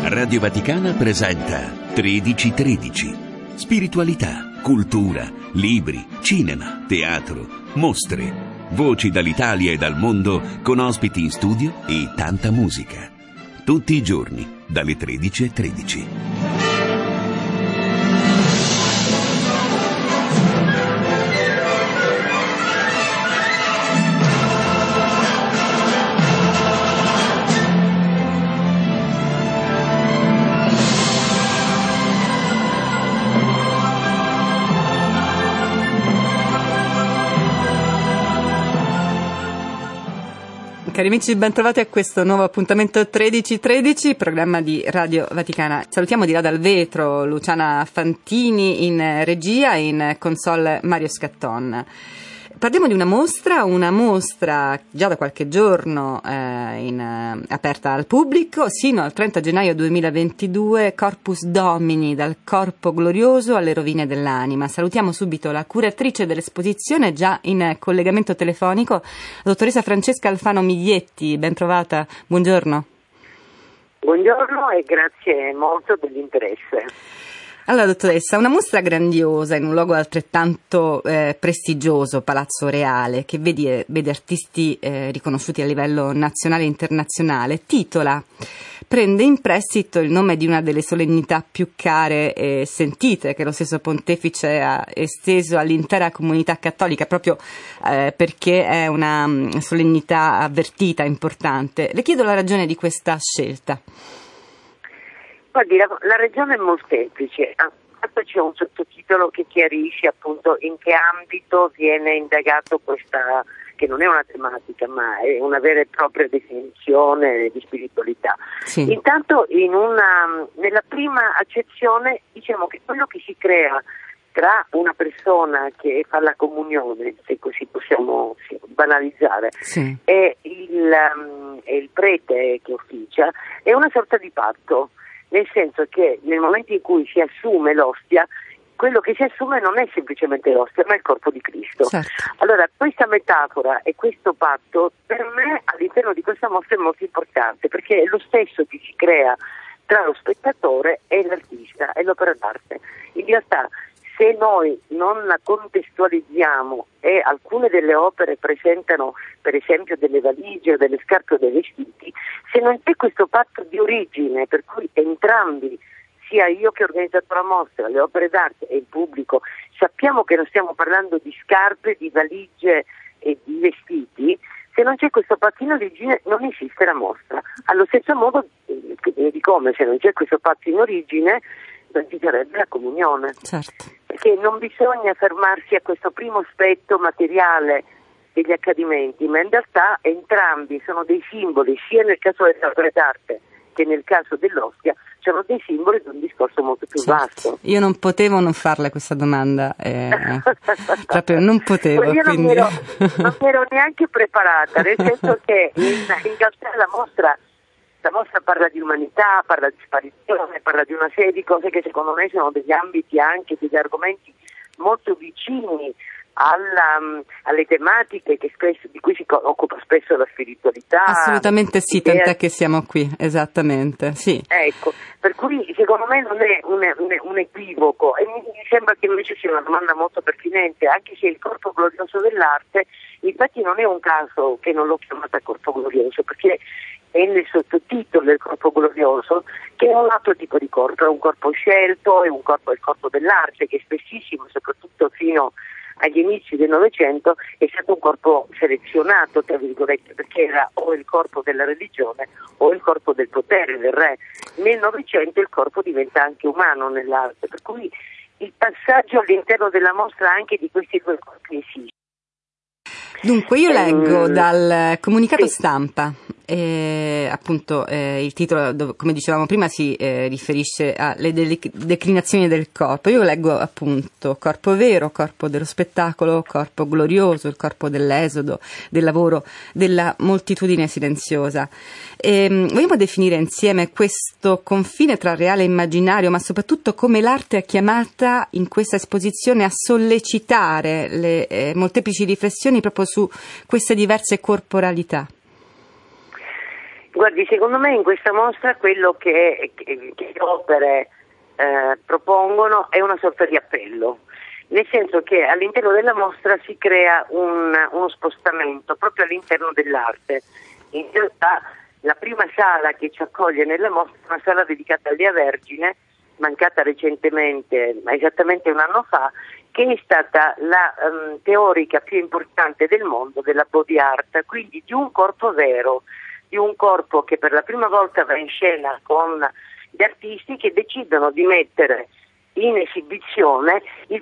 Radio Vaticana presenta 1313. Spiritualità, cultura, libri, cinema, teatro, mostre, voci dall'Italia e dal mondo con ospiti in studio e tanta musica. Tutti i giorni, dalle 13:13. Cari amici, ben trovati a questo nuovo appuntamento 1313, programma di Radio Vaticana. Salutiamo di là dal vetro Luciana Fantini in regia e in console Mario Scatton. Parliamo di una mostra già da qualche giorno aperta al pubblico, sino al 30 gennaio 2022, Corpus Domini, dal corpo glorioso alle rovine dell'anima. Salutiamo subito la curatrice dell'esposizione, già in collegamento telefonico, la dottoressa Francesca Alfano Miglietti. Ben trovata, buongiorno. Buongiorno e grazie molto dell'interesse. Allora, dottoressa, una mostra grandiosa in un luogo altrettanto prestigioso, Palazzo Reale, che vede artisti riconosciuti a livello nazionale e internazionale, prende in prestito il nome di una delle solennità più care e sentite che lo stesso Pontefice ha esteso all'intera comunità cattolica, proprio perché è una solennità avvertita, importante. Le chiedo la ragione di questa scelta. Guardi, la ragione è molteplice. C'è un sottotitolo che chiarisce appunto in che ambito viene indagato questa, che non è una tematica ma è una vera e propria definizione di spiritualità. Sì. Intanto nella prima accezione diciamo che quello che si crea tra una persona che fa la comunione, se così possiamo banalizzare, sì, e il prete che officia, è una sorta di patto. Nel senso che nel momento in cui si assume l'ostia, quello che si assume non è semplicemente l'ostia, ma è il corpo di Cristo. Certo. Allora, questa metafora e questo patto per me all'interno di questa mostra è molto importante, perché è lo stesso che si crea tra lo spettatore e l'artista e l'opera d'arte. In realtà, se noi non la contestualizziamo e alcune delle opere presentano per esempio delle valigie o delle scarpe o dei vestiti, se non c'è questo patto di origine per cui entrambi, sia io che ho organizzato la mostra, le opere d'arte e il pubblico, sappiamo che non stiamo parlando di scarpe, di valigie e di vestiti, se non c'è questo patto in origine non esiste la mostra. Allo stesso modo di come se non c'è questo patto in origine non ci sarebbe la comunione. Certo. Perché non bisogna fermarsi a questo primo aspetto materiale degli accadimenti, ma in realtà entrambi sono dei simboli, sia nel caso delle opere d'arte che nel caso dell'ostia, sono dei simboli di un discorso molto più vasto. Io non potevo non farle questa domanda, proprio non potevo. Io quindi... non mi ero neanche preparata, nel senso che in realtà la mostra parla di umanità, parla di sparizione, parla di una serie di cose che secondo me sono degli ambiti, anche degli argomenti molto vicini alle tematiche di cui si occupa spesso la spiritualità. Assolutamente sì, tant'è che siamo qui, esattamente, sì. Ecco, per cui secondo me non è un equivoco e mi sembra che invece sia una domanda molto pertinente, anche se il corpo glorioso dell'arte, infatti non è un caso che non l'ho chiamata corpo glorioso, perché è nel sottotitolo del corpo glorioso che è un altro tipo di corpo, è un corpo scelto, è il corpo dell'arte che spessissimo, soprattutto fino agli inizi del Novecento, è stato un corpo selezionato, tra virgolette, perché era o il corpo della religione o il corpo del potere del re. Nel Novecento il corpo diventa anche umano nell'arte, per cui il passaggio all'interno della mostra anche di questi due corpi esiste. Dunque io leggo dal comunicato stampa, appunto il titolo, come dicevamo prima, si riferisce alle declinazioni del corpo. Io leggo appunto corpo vero, corpo dello spettacolo, corpo glorioso, il corpo dell'esodo, del lavoro, della moltitudine silenziosa. Vogliamo definire insieme questo confine tra reale e immaginario, ma soprattutto come l'arte è chiamata in questa esposizione a sollecitare le molteplici riflessioni proprio su queste diverse corporalità. Guardi, secondo me in questa mostra quello che le opere propongono è una sorta di appello, nel senso che all'interno della mostra si crea uno spostamento proprio all'interno dell'arte. In realtà la prima sala che ci accoglie nella mostra è una sala dedicata all'Ia Vergine, mancata recentemente, ma esattamente un anno fa, che è stata la teorica più importante del mondo della body art, quindi di un corpo vero, di un corpo che per la prima volta va in scena con gli artisti che decidono di mettere in esibizione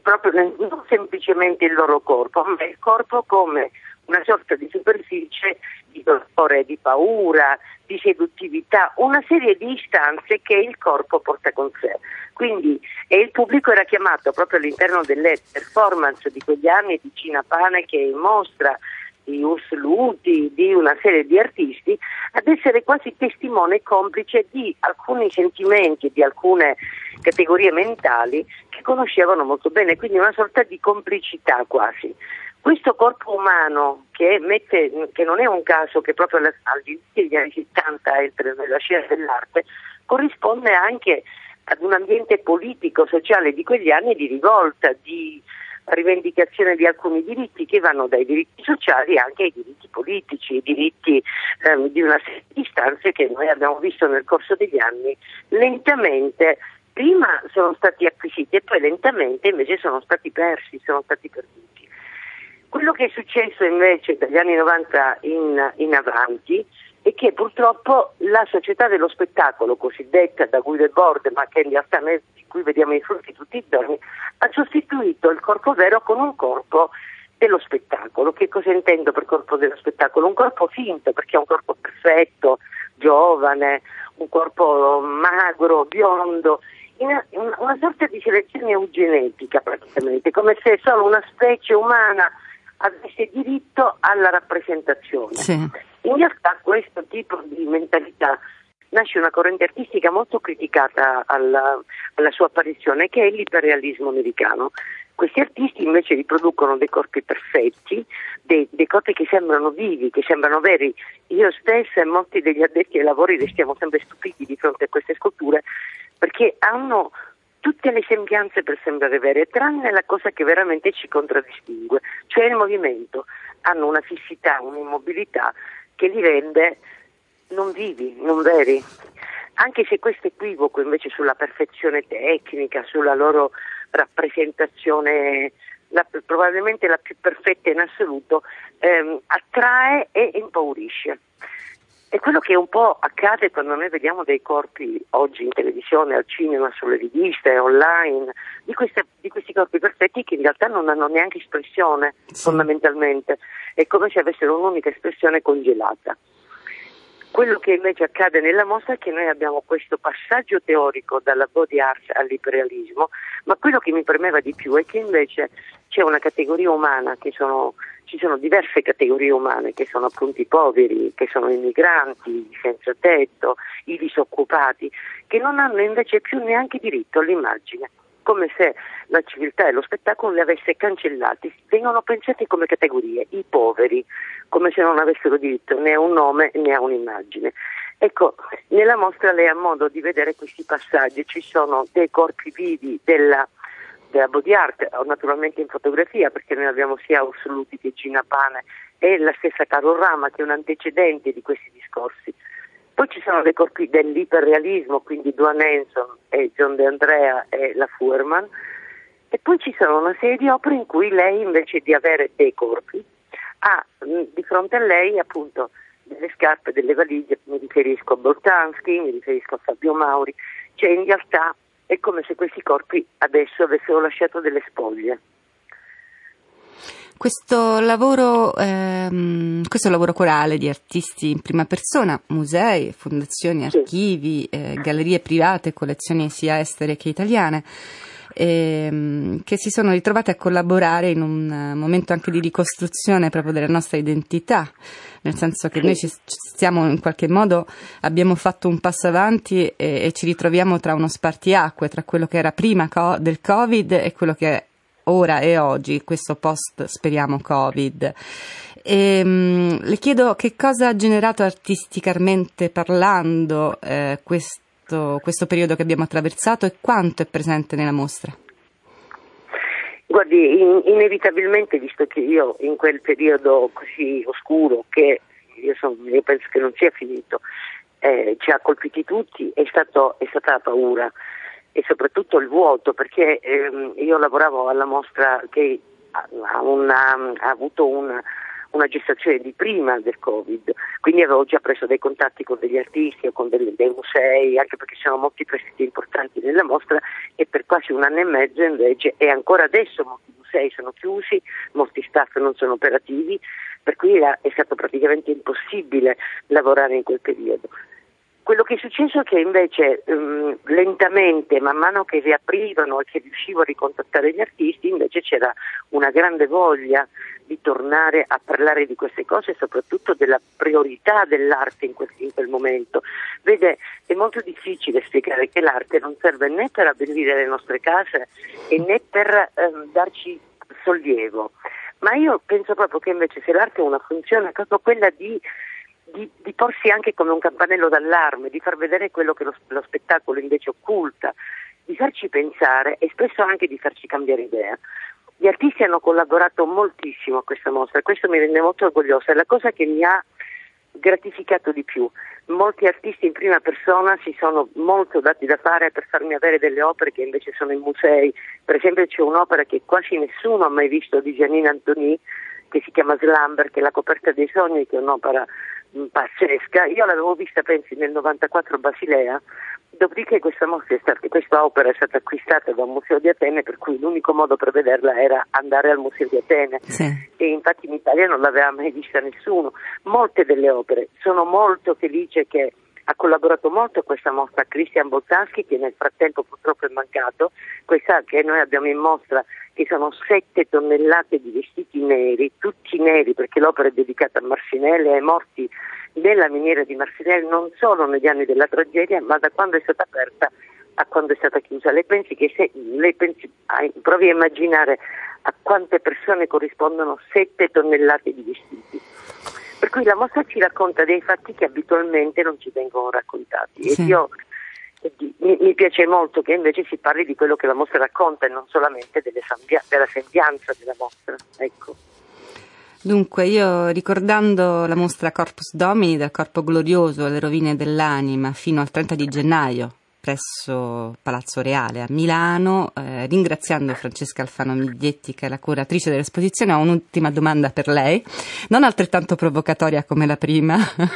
non semplicemente il loro corpo, ma il corpo come una sorta di superficie di dolore, di paura, di seduttività, una serie di istanze che il corpo porta con sé. Quindi il pubblico era chiamato proprio all'interno delle performance di quegli anni di Cina Pane, che è in mostra, di Urs Luti, di una serie di artisti, ad essere quasi testimone e complice di alcuni sentimenti, di alcune categorie mentali che conoscevano molto bene, quindi una sorta di complicità quasi. Questo corpo umano che non è un caso che proprio all'inizio degli anni 70 entra nella scena dell'arte, corrisponde anche ad un ambiente politico, sociale di quegli anni di rivolta, di rivendicazione di alcuni diritti che vanno dai diritti sociali anche ai diritti politici, i diritti di una serie di istanze che noi abbiamo visto nel corso degli anni lentamente, prima sono stati acquisiti e poi lentamente invece sono stati persi, sono stati perduti. Quello che è successo invece dagli anni 90 in avanti è che purtroppo la società dello spettacolo, cosiddetta da Guy Debord, ma che in realtà noi di cui vediamo i frutti tutti i giorni, ha sostituito il corpo vero con un corpo dello spettacolo. Che cosa intendo per corpo dello spettacolo? Un corpo finto, perché è un corpo perfetto, giovane, un corpo magro, biondo, una sorta di selezione eugenetica praticamente, come se solo una specie umana avesse diritto alla rappresentazione. Sì. In realtà questo tipo di mentalità nasce una corrente artistica molto criticata alla sua apparizione, che è l'iperrealismo americano. Questi artisti invece riproducono dei corpi perfetti, dei corpi che sembrano vivi, che sembrano veri. Io stessa e molti degli addetti ai lavori restiamo sempre stupiti di fronte a queste sculture, perché hanno tutte le sembianze per sembrare vere, tranne la cosa che veramente ci contraddistingue, cioè il movimento. Hanno una fissità, un'immobilità che li rende non vivi, non veri. Anche se questo equivoco invece sulla perfezione tecnica, sulla loro rappresentazione, probabilmente la più perfetta in assoluto, attrae e impaurisce. È quello che un po' accade quando noi vediamo dei corpi oggi in televisione, al cinema, sulle riviste, online, di questi corpi perfetti che in realtà non hanno neanche espressione, fondamentalmente. È come se avessero un'unica espressione congelata. Quello che invece accade nella mostra è che noi abbiamo questo passaggio teorico dalla body art all'iperrealismo, ma quello che mi premeva di più è che invece c'è una categoria umana, ci sono diverse categorie umane, che sono appunto i poveri, che sono i migranti, i senza tetto, i disoccupati, che non hanno invece più neanche diritto all'immagine, come se la civiltà e lo spettacolo li avesse cancellati. Vengono pensati come categorie, i poveri, come se non avessero diritto né a un nome né a un'immagine. Ecco, nella mostra lei ha modo di vedere questi passaggi, ci sono dei corpi vivi della body art, naturalmente in fotografia, perché noi abbiamo sia Urs Luti che Cina Pane e la stessa Carol Rama, che è un antecedente di questi discorsi. Poi ci sono dei corpi dell'iperrealismo, quindi Duane Hanson e John De Andrea e la Fuhrman, e poi ci sono una serie di opere in cui lei, invece di avere dei corpi, ha di fronte a lei appunto delle scarpe, delle valigie. Mi riferisco a Boltanski, mi riferisco a Fabio Mauri, cioè in realtà è come se questi corpi adesso avessero lasciato delle spoglie. Questo lavoro corale di artisti in prima persona, musei, fondazioni, archivi, gallerie private, collezioni sia estere che italiane, che si sono ritrovate a collaborare in un momento anche di ricostruzione proprio della nostra identità, nel senso che noi ci stiamo in qualche modo, abbiamo fatto un passo avanti e ci ritroviamo tra uno spartiacque, tra quello che era prima del Covid e quello che è ora e oggi, questo post speriamo Covid. Le chiedo che cosa ha generato artisticamente parlando questo periodo che abbiamo attraversato e quanto è presente nella mostra. Guardi, inevitabilmente, visto che io in quel periodo così oscuro, che io penso che non sia finito, ci ha colpiti tutti, è stata la paura e soprattutto il vuoto, perché io lavoravo alla mostra che ha avuto una gestazione di prima del Covid, quindi avevo già preso dei contatti con degli artisti o con dei musei, anche perché ci sono molti prestiti importanti nella mostra, e per quasi un anno e mezzo invece, e ancora adesso molti musei sono chiusi, molti staff non sono operativi, per cui è stato praticamente impossibile lavorare in quel periodo. Quello che è successo è che invece lentamente, man mano che riaprivano e che riuscivo a ricontattare gli artisti, invece c'era una grande voglia di tornare a parlare di queste cose e soprattutto della priorità dell'arte in quel momento. Vede, è molto difficile spiegare che l'arte non serve né per abbellire le nostre case e né per darci sollievo, ma io penso proprio che invece se l'arte ha una funzione è proprio quella di porsi anche come un campanello d'allarme, di far vedere quello che lo spettacolo invece occulta, di farci pensare e spesso anche di farci cambiare idea. Gli artisti hanno collaborato moltissimo a questa mostra e questo mi rende molto orgogliosa, è la cosa che mi ha gratificato di più. Molti artisti in prima persona si sono molto dati da fare per farmi avere delle opere che invece sono in musei. Per esempio c'è un'opera che quasi nessuno ha mai visto di Janine Anthony, che si chiama Slumber, che è La coperta dei sogni, che è un'opera pazzesca. Io l'avevo vista, pensi, nel 94 a Basilea, dopodiché questa opera è stata acquistata da un museo di Atene, per cui l'unico modo per vederla era andare al museo di Atene, sì. E infatti in Italia non l'aveva mai vista nessuno. Molte delle opere, sono molto felice che ha collaborato molto a questa mostra Christian Boltanski, che nel frattempo purtroppo è mancato. Questa che noi abbiamo in mostra, che sono 7 tonnellate di vestiti neri, tutti neri, perché l'opera è dedicata a Marcinelle, ai morti nella miniera di Marcinelle, non solo negli anni della tragedia, ma da quando è stata aperta a quando è stata chiusa. Provi a immaginare a quante persone corrispondono 7 tonnellate di vestiti. Per cui la mostra ci racconta dei fatti che abitualmente non ci vengono raccontati, sì. E mi piace molto che invece si parli di quello che la mostra racconta e non solamente della sembianza della mostra. Ecco. Dunque, io ricordando la mostra Corpus Domini, dal corpo glorioso alle rovine dell'anima, fino al 30 di gennaio presso Palazzo Reale a Milano, ringraziando Francesca Alfano Miglietti, che è la curatrice dell'esposizione, ho un'ultima domanda per lei, non altrettanto provocatoria come la prima.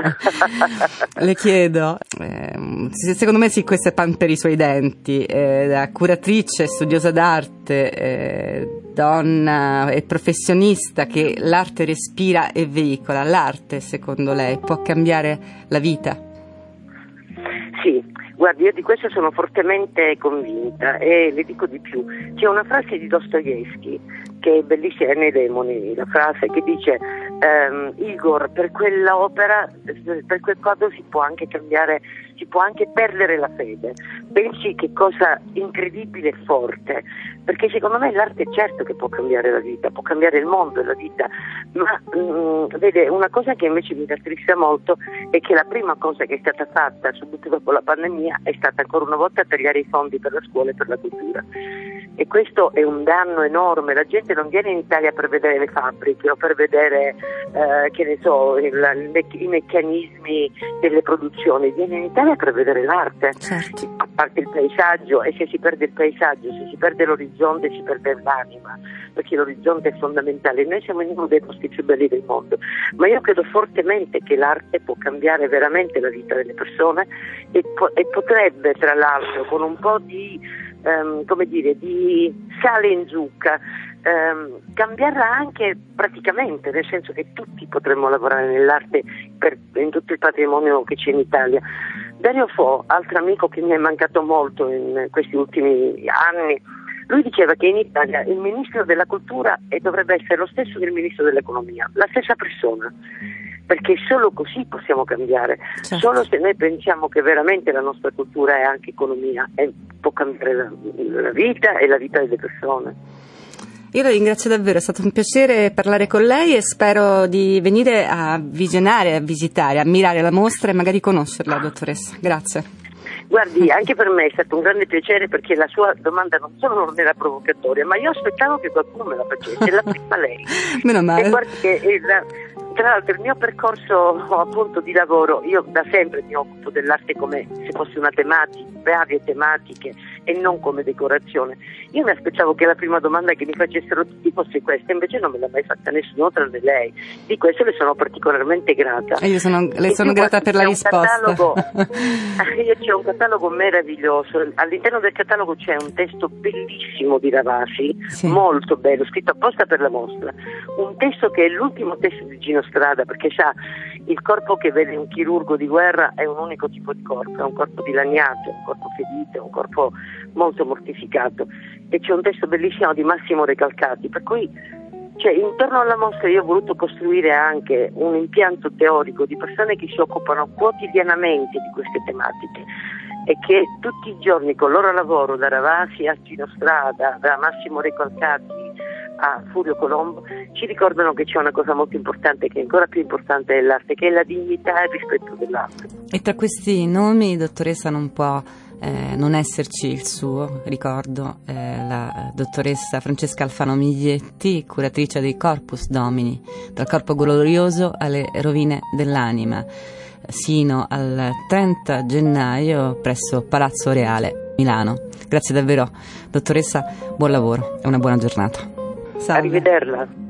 Le chiedo, secondo me sì, questo è pan per i suoi denti, da curatrice, studiosa d'arte, donna e professionista che l'arte respira e veicola, l'arte secondo lei può cambiare la vita? Sì. Guardi, io di questo sono fortemente convinta e le dico di più. C'è una frase di Dostoevskij che è bellissima, nei Demoni, la frase che dice Igor, per quella opera, per quel quadro si può anche cambiare, si può anche perdere la fede. Pensi che cosa incredibile e forte, perché secondo me l'arte certo che può cambiare la vita, può cambiare il mondo e la vita, ma vede, una cosa che invece mi rattrista molto è che la prima cosa che è stata fatta subito dopo la pandemia è stata ancora una volta tagliare i fondi per la scuola e per la cultura. E questo è un danno enorme. La gente non viene in Italia per vedere le fabbriche o per vedere che ne so, i meccanismi delle produzioni, viene in Italia per vedere l'arte, certo. A parte il paesaggio, e se si perde il paesaggio, se si perde l'orizzonte, si perde l'anima, perché l'orizzonte è fondamentale. Noi siamo in uno dei posti più belli del mondo, ma io credo fortemente che l'arte può cambiare veramente la vita delle persone e potrebbe, tra l'altro, con un po' di di sale in zucca, cambiarla anche praticamente, nel senso che tutti potremmo lavorare nell'arte in tutto il patrimonio che c'è in Italia. Dario Fo, altro amico che mi è mancato molto in questi ultimi anni, lui diceva che in Italia il ministro della cultura dovrebbe essere lo stesso del ministro dell'economia, la stessa persona, perché solo così possiamo cambiare, certo. Solo se noi pensiamo che veramente la nostra cultura è anche economia e può cambiare la vita e la vita delle persone. Io la ringrazio davvero, è stato un piacere parlare con lei e spero di venire a visionare, a visitare, a ammirare la mostra e magari conoscerla, dottoressa. Grazie. Guardi, anche per me è stato un grande piacere, perché la sua domanda non solo non era provocatoria, ma io aspettavo che qualcuno me la facesse, la prima lei. Meno male. E guardi che tra l'altro il mio percorso appunto di lavoro, io da sempre mi occupo dell'arte come se fosse una tematica, varie tematiche e non come decorazione. Io mi aspettavo che la prima domanda che mi facessero tutti fosse questa, invece non me l'ha mai fatta nessuno tranne lei. Di questo le sono particolarmente grata. E io le sono grata per la risposta. Io c'ho un catalogo meraviglioso, all'interno del catalogo c'è un testo bellissimo di Ravasi, sì, molto bello, scritto apposta per la mostra, un testo che è l'ultimo testo di Gino Strada, perché sa, il corpo che vede un chirurgo di guerra è un unico tipo di corpo, è un corpo dilaniato, un corpo ferito, un corpo molto mortificato, e c'è un testo bellissimo di Massimo Recalcati, per cui intorno alla mostra io ho voluto costruire anche un impianto teorico di persone che si occupano quotidianamente di queste tematiche e che tutti i giorni col loro lavoro, da Ravasi a Gino Strada, da Massimo Recalcati a Furio Colombo, ci ricordano che c'è una cosa molto importante, che è ancora più importante dell'arte, che è la dignità e il rispetto dell'arte. E tra questi nomi, dottoressa, non può non esserci il suo ricordo, la dottoressa Francesca Alfano Miglietti, curatrice dei Corpus Domini, dal corpo glorioso alle rovine dell'anima, sino al 30 gennaio presso Palazzo Reale, Milano. Grazie davvero, dottoressa, buon lavoro e una buona giornata. Salve. Arrivederla.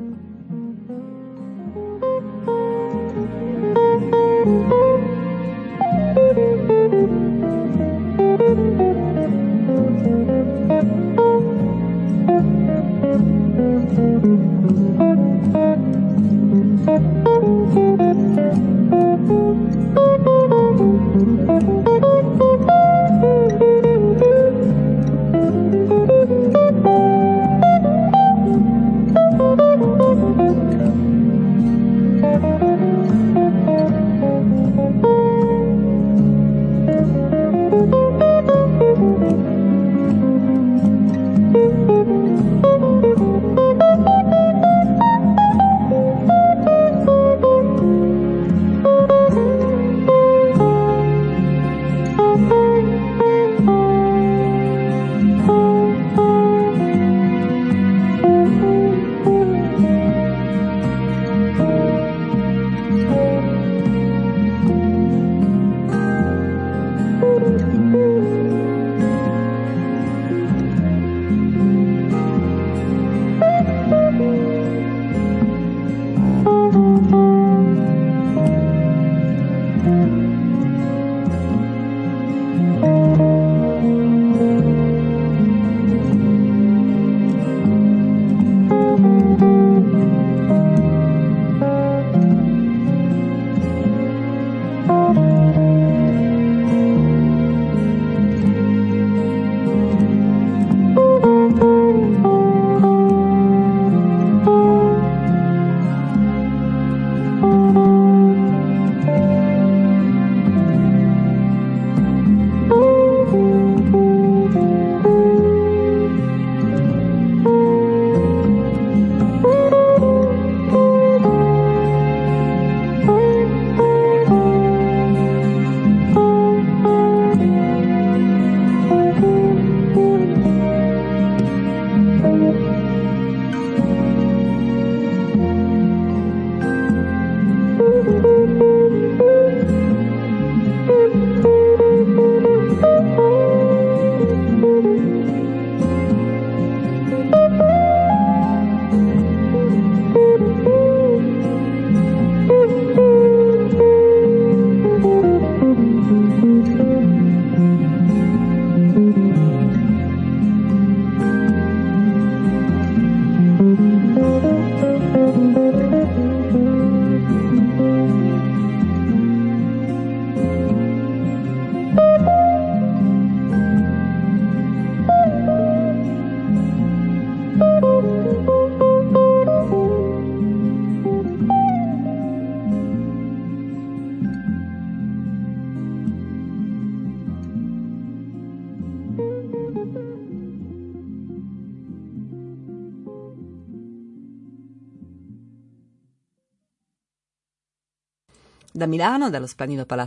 Da Milano, dallo splendido Palazzo